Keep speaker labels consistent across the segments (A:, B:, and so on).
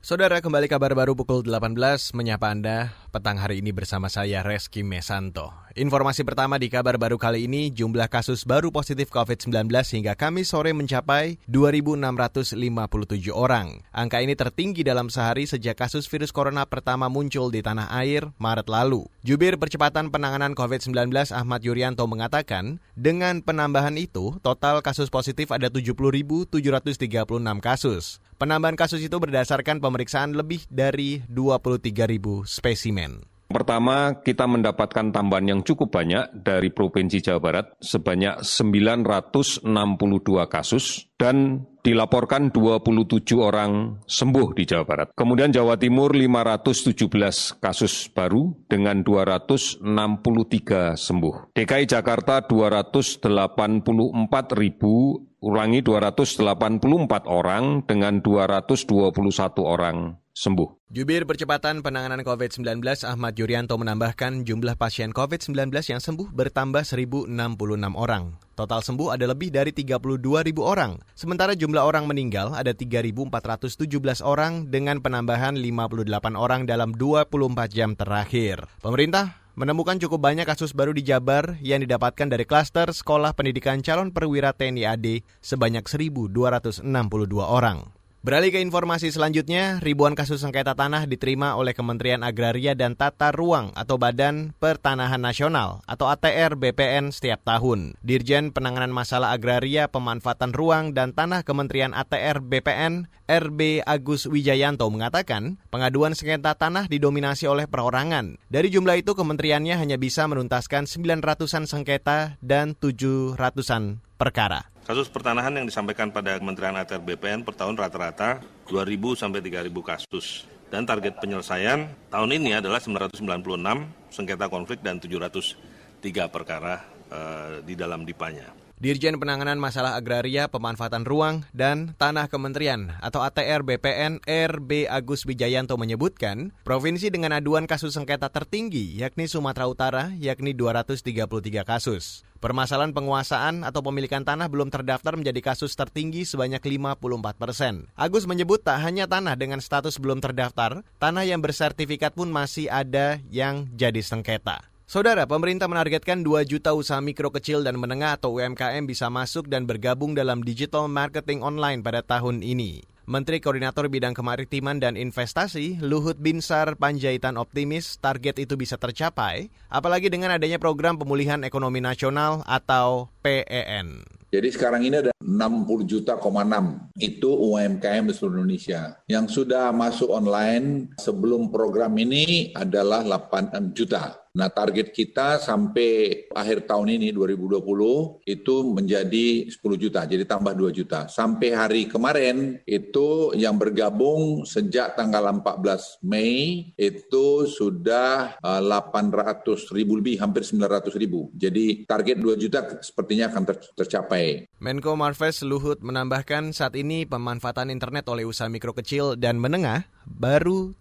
A: Saudara, kembali kabar baru pukul 18 menyapa Anda petang hari ini bersama saya Reski Mesanto. Informasi pertama di kabar baru kali ini, jumlah kasus baru positif COVID-19 hingga Kamis sore mencapai 2.657 orang. Angka ini tertinggi dalam sehari sejak kasus virus corona pertama muncul di tanah air Maret lalu. Jubir Percepatan Penanganan COVID-19 Ahmad Yuryanto mengatakan, dengan penambahan itu, total kasus positif ada 70.736 kasus. Penambahan kasus itu berdasarkan pemeriksaan lebih dari 23.000 spesimen.
B: Pertama, kita mendapatkan tambahan yang cukup banyak dari Provinsi Jawa Barat sebanyak 962 kasus dan dilaporkan 27 orang sembuh di Jawa Barat. Kemudian Jawa Timur 517 kasus baru dengan 263 sembuh. DKI Jakarta 284.000 orang dengan 221 orang sembuh.
A: Jubir Percepatan Penanganan COVID-19 Ahmad Yuryanto menambahkan jumlah pasien COVID-19 yang sembuh bertambah 1.066 orang. Total sembuh ada lebih dari 32.000 orang. Sementara jumlah orang meninggal ada 3.417 orang dengan penambahan 58 orang dalam 24 jam terakhir. Pemerintah menemukan cukup banyak kasus baru di Jabar yang didapatkan dari klaster Sekolah Pendidikan Calon Perwira TNI AD sebanyak 1.262 orang. Beralih ke informasi selanjutnya, ribuan kasus sengketa tanah diterima oleh Kementerian Agraria dan Tata Ruang atau Badan Pertanahan Nasional atau ATR BPN setiap tahun. Dirjen Penanganan Masalah Agraria, Pemanfaatan Ruang dan Tanah Kementerian ATR BPN, RB Agus Wijayanto mengatakan, pengaduan sengketa tanah didominasi oleh perorangan. Dari jumlah itu, kementeriannya hanya bisa menuntaskan 900-an sengketa dan 700-an perkara.
C: Kasus pertanahan yang disampaikan pada Kementerian ATR BPN per tahun rata-rata 2.000 sampai 3.000 kasus. Dan target penyelesaian tahun ini adalah 996 sengketa konflik dan 703 perkara di dalam dipanya.
A: Dirjen Penanganan Masalah Agraria, Pemanfaatan Ruang dan Tanah Kementerian atau ATR BPN RB Agus Wijayanto menyebutkan, provinsi dengan aduan kasus sengketa tertinggi yakni Sumatera Utara yakni 233 kasus. Permasalahan penguasaan atau pemilikan tanah belum terdaftar menjadi kasus tertinggi sebanyak 54%. Agus menyebut tak hanya tanah dengan status belum terdaftar, tanah yang bersertifikat pun masih ada yang jadi sengketa. Saudara, pemerintah menargetkan 2 juta usaha mikro kecil dan menengah atau UMKM bisa masuk dan bergabung dalam digital marketing online pada tahun ini. Menteri Koordinator Bidang Kemaritiman dan Investasi, Luhut Binsar Panjaitan optimis target itu bisa tercapai, apalagi dengan adanya program pemulihan ekonomi nasional atau PEN.
D: Jadi sekarang ini ada 60 juta, itu UMKM di seluruh Indonesia. Yang sudah masuk online sebelum program ini adalah 8 juta. Nah, target kita sampai akhir tahun ini 2020 itu menjadi 10 juta, jadi tambah 2 juta. Sampai hari kemarin itu yang bergabung sejak tanggal 14 Mei itu sudah 800 ribu lebih, hampir 900 ribu. Jadi target 2 juta sepertinya akan tercapai.
A: Menko Marves Luhut menambahkan saat ini pemanfaatan internet oleh usaha mikro kecil dan menengah baru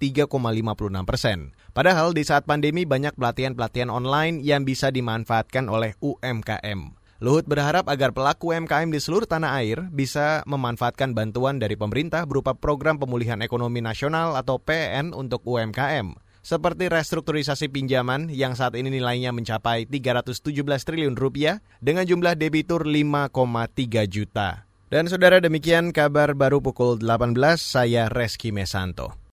A: 3,56%. Padahal di saat pandemi banyak pelatihan online yang bisa dimanfaatkan oleh UMKM. Luhut berharap agar pelaku UMKM di seluruh tanah air bisa memanfaatkan bantuan dari pemerintah berupa program pemulihan ekonomi nasional atau PEN untuk UMKM. Seperti restrukturisasi pinjaman yang saat ini nilainya mencapai 317 triliun rupiah dengan jumlah debitur 5,3 juta. Dan saudara, demikian kabar baru pukul 18, saya Reski Mesanto.